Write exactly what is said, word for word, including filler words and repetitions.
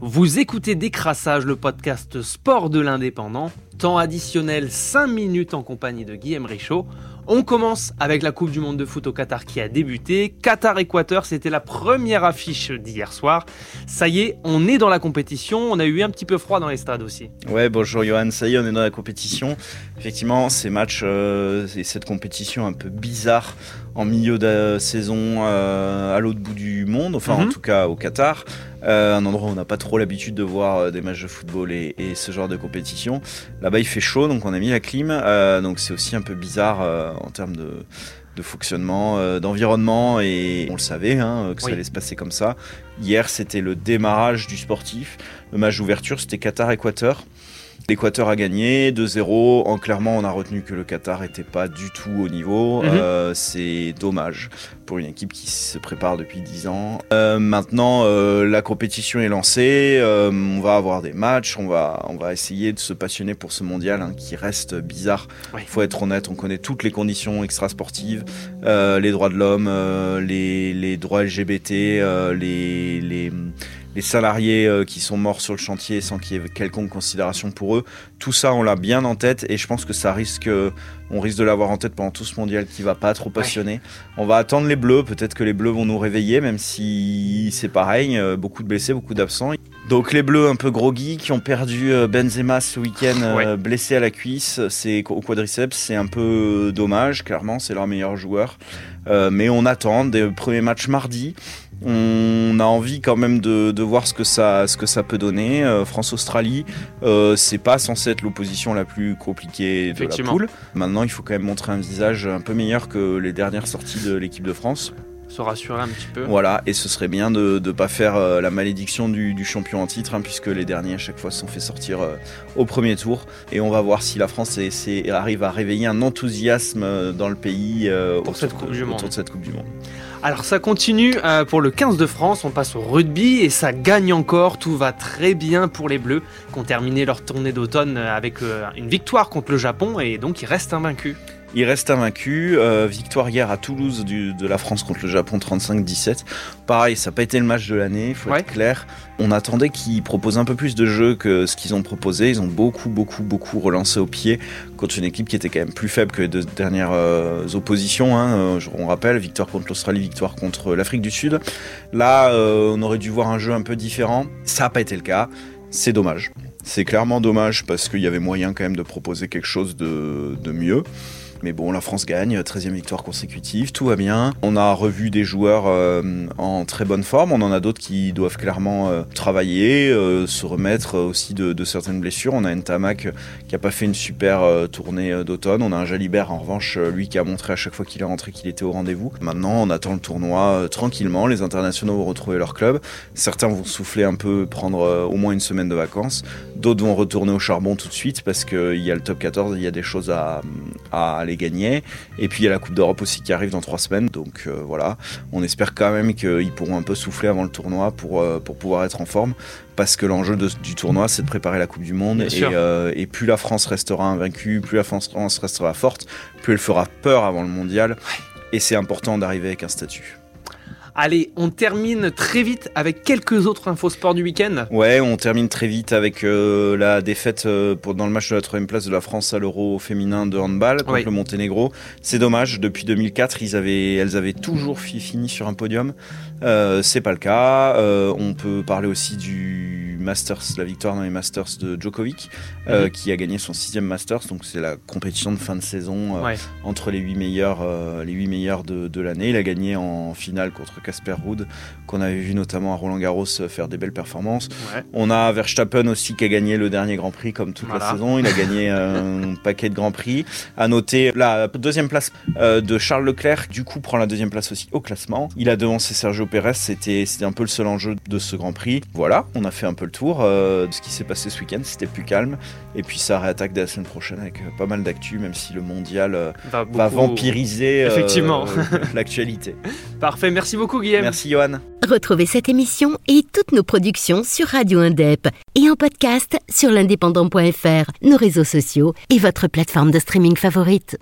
Vous écoutez Décrassage, le podcast sport de l'Indépendant. Temps additionnel, cinq minutes en compagnie de Guillaume Richaud. On commence avec la Coupe du Monde de foot au Qatar qui a débuté. Qatar-Équateur, c'était la première affiche d'hier soir. Ça y est, on est dans la compétition. On a eu un petit peu froid dans les stades aussi. Ouais, bonjour Johan, ça y est, on est dans la compétition. Effectivement, ces matchs euh, et cette compétition un peu bizarre en milieu de saison euh, à l'autre bout du monde, enfin mm-hmm. en tout cas au Qatar. Euh, un endroit où on n'a pas trop l'habitude de voir euh, des matchs de football et, et ce genre de compétition. Là-bas, il fait chaud, donc on a mis la clim. Euh, donc c'est aussi un peu bizarre euh, en termes de, de fonctionnement, euh, d'environnement. Et on le savait hein, que ça oui. allait se passer comme ça. Hier, c'était le démarrage du sportif. Le match d'ouverture, c'était Qatar-Équateur. L'Équateur a gagné deux zéro. En clairement, on a retenu que le Qatar n'était pas du tout au niveau. Mm-hmm. Euh, c'est dommage pour une équipe qui se prépare depuis dix ans. Euh, maintenant, euh, la compétition est lancée. Euh, on va avoir des matchs. On va, on va essayer de se passionner pour ce mondial hein, qui reste bizarre. Il oui. faut être honnête. On connaît toutes les conditions extrasportives, euh, les droits de l'homme, euh, les, les droits L G B T, euh, les... les les salariés euh, qui sont morts sur le chantier sans qu'il y ait quelconque considération pour eux. Tout ça, on l'a bien en tête et je pense que ça risque, euh, on risque de l'avoir en tête pendant tout ce mondial qui va pas trop passionner. Ouais. On va attendre les Bleus, peut-être que les Bleus vont nous réveiller, même si c'est pareil, euh, beaucoup de blessés, beaucoup d'absents. Donc les Bleus un peu groggy qui ont perdu euh, Benzema ce week-end, euh, ouais. blessé à la cuisse, c'est au quadriceps, c'est un peu dommage, clairement, c'est leur meilleur joueur. Euh, mais on attend des premiers matchs mardi. On a envie quand même de, de voir ce que ça, ce que ça peut donner. Euh, France-Australie, euh, c'est pas censé être l'opposition la plus compliquée de la poule. Maintenant, il faut quand même montrer un visage un peu meilleur que les dernières sorties de l'équipe de France. Se rassurer un petit peu. Voilà, et ce serait bien de ne pas faire euh, la malédiction du, du champion en titre, hein, puisque les derniers à chaque fois se sont fait sortir euh, au premier tour. Et on va voir si la France est, est, arrive à réveiller un enthousiasme euh, dans le pays euh, autour, cette coupe de, du autour monde. de cette Coupe du Monde. Alors ça continue euh, pour le quinze de France, on passe au rugby et ça gagne encore, tout va très bien pour les Bleus qui ont terminé leur tournée d'automne avec euh, une victoire contre le Japon et donc ils restent invaincus. Il reste invaincu, euh, victoire hier à Toulouse du, de la France contre le Japon trente-cinq dix-sept. Pareil, ça n'a pas été le match de l'année, il faut ouais. être clair. On attendait qu'ils proposent un peu plus de jeu que ce qu'ils ont proposé. Ils ont beaucoup, beaucoup, beaucoup relancé au pied contre une équipe qui était quand même plus faible que les deux dernières euh, oppositions. Hein. On rappelle, victoire contre l'Australie, victoire contre l'Afrique du Sud. Là, euh, on aurait dû voir un jeu un peu différent. Ça n'a pas été le cas. C'est dommage. C'est clairement dommage parce qu'il y avait moyen quand même de proposer quelque chose de, de mieux. Mais bon, la France gagne, treizième victoire consécutive, tout va bien. On a revu des joueurs euh, en très bonne forme, on en a d'autres qui doivent clairement euh, travailler, euh, se remettre aussi de, de certaines blessures. On a Ntamak qui n'a pas fait une super euh, tournée euh, d'automne, on a un Jalibert en revanche, euh, lui qui a montré à chaque fois qu'il est rentré qu'il était au rendez-vous. Maintenant, on attend le tournoi euh, tranquillement, les internationaux vont retrouver leur club. Certains vont souffler un peu, prendre euh, au moins une semaine de vacances. D'autres vont retourner au charbon tout de suite parce qu'il y a le top quatorze, il y a des choses à, à les gagner. Et puis il y a la Coupe d'Europe aussi qui arrive dans trois semaines. Donc euh, voilà, on espère quand même qu'ils pourront un peu souffler avant le tournoi pour, euh, pour pouvoir être en forme. Parce que l'enjeu de, du tournoi, c'est de préparer la Coupe du Monde. Et, euh, et plus la France restera invaincue, plus la France restera forte, plus elle fera peur avant le mondial. Et c'est important d'arriver avec un statut. Allez, on termine très vite avec quelques autres infos sport du week-end. Ouais, on termine très vite avec euh, la défaite euh, pour, dans le match de la troisième place de la France à l'Euro féminin de handball contre ouais. le Monténégro. C'est dommage, depuis deux mille quatre, ils avaient, elles avaient toujours fini sur un podium. Euh, c'est pas le cas. Euh, on peut parler aussi du Masters, la victoire dans les Masters de Djokovic, euh, mm-hmm. qui a gagné son sixième Masters. Donc c'est la compétition de fin de saison euh, ouais. entre les huit meilleurs, euh, les huit meilleurs de, de l'année. Il a gagné en finale contre Casper Ruud, qu'on avait vu notamment à Roland-Garros faire des belles performances. Ouais. On a Verstappen aussi qui a gagné le dernier Grand Prix comme toute voilà. la saison. Il a gagné un paquet de Grands Prix. À noter la deuxième place euh, de Charles Leclerc, du coup prend la deuxième place aussi au classement. Il a devancé Sergio Pérez, c'était, c'était un peu le seul enjeu de ce Grand Prix. Voilà, on a fait un peu le tour euh, de ce qui s'est passé ce week-end, c'était plus calme. Et puis ça réattaque dès la semaine prochaine avec euh, pas mal d'actu, même si le mondial euh, va, beaucoup... va vampiriser euh, Effectivement. Euh, l'actualité. Parfait, merci beaucoup Guillaume. Merci Johan. Retrouvez cette émission et toutes nos productions sur Radio Indep et en podcast sur l'indépendant point f r, nos réseaux sociaux et votre plateforme de streaming favorite.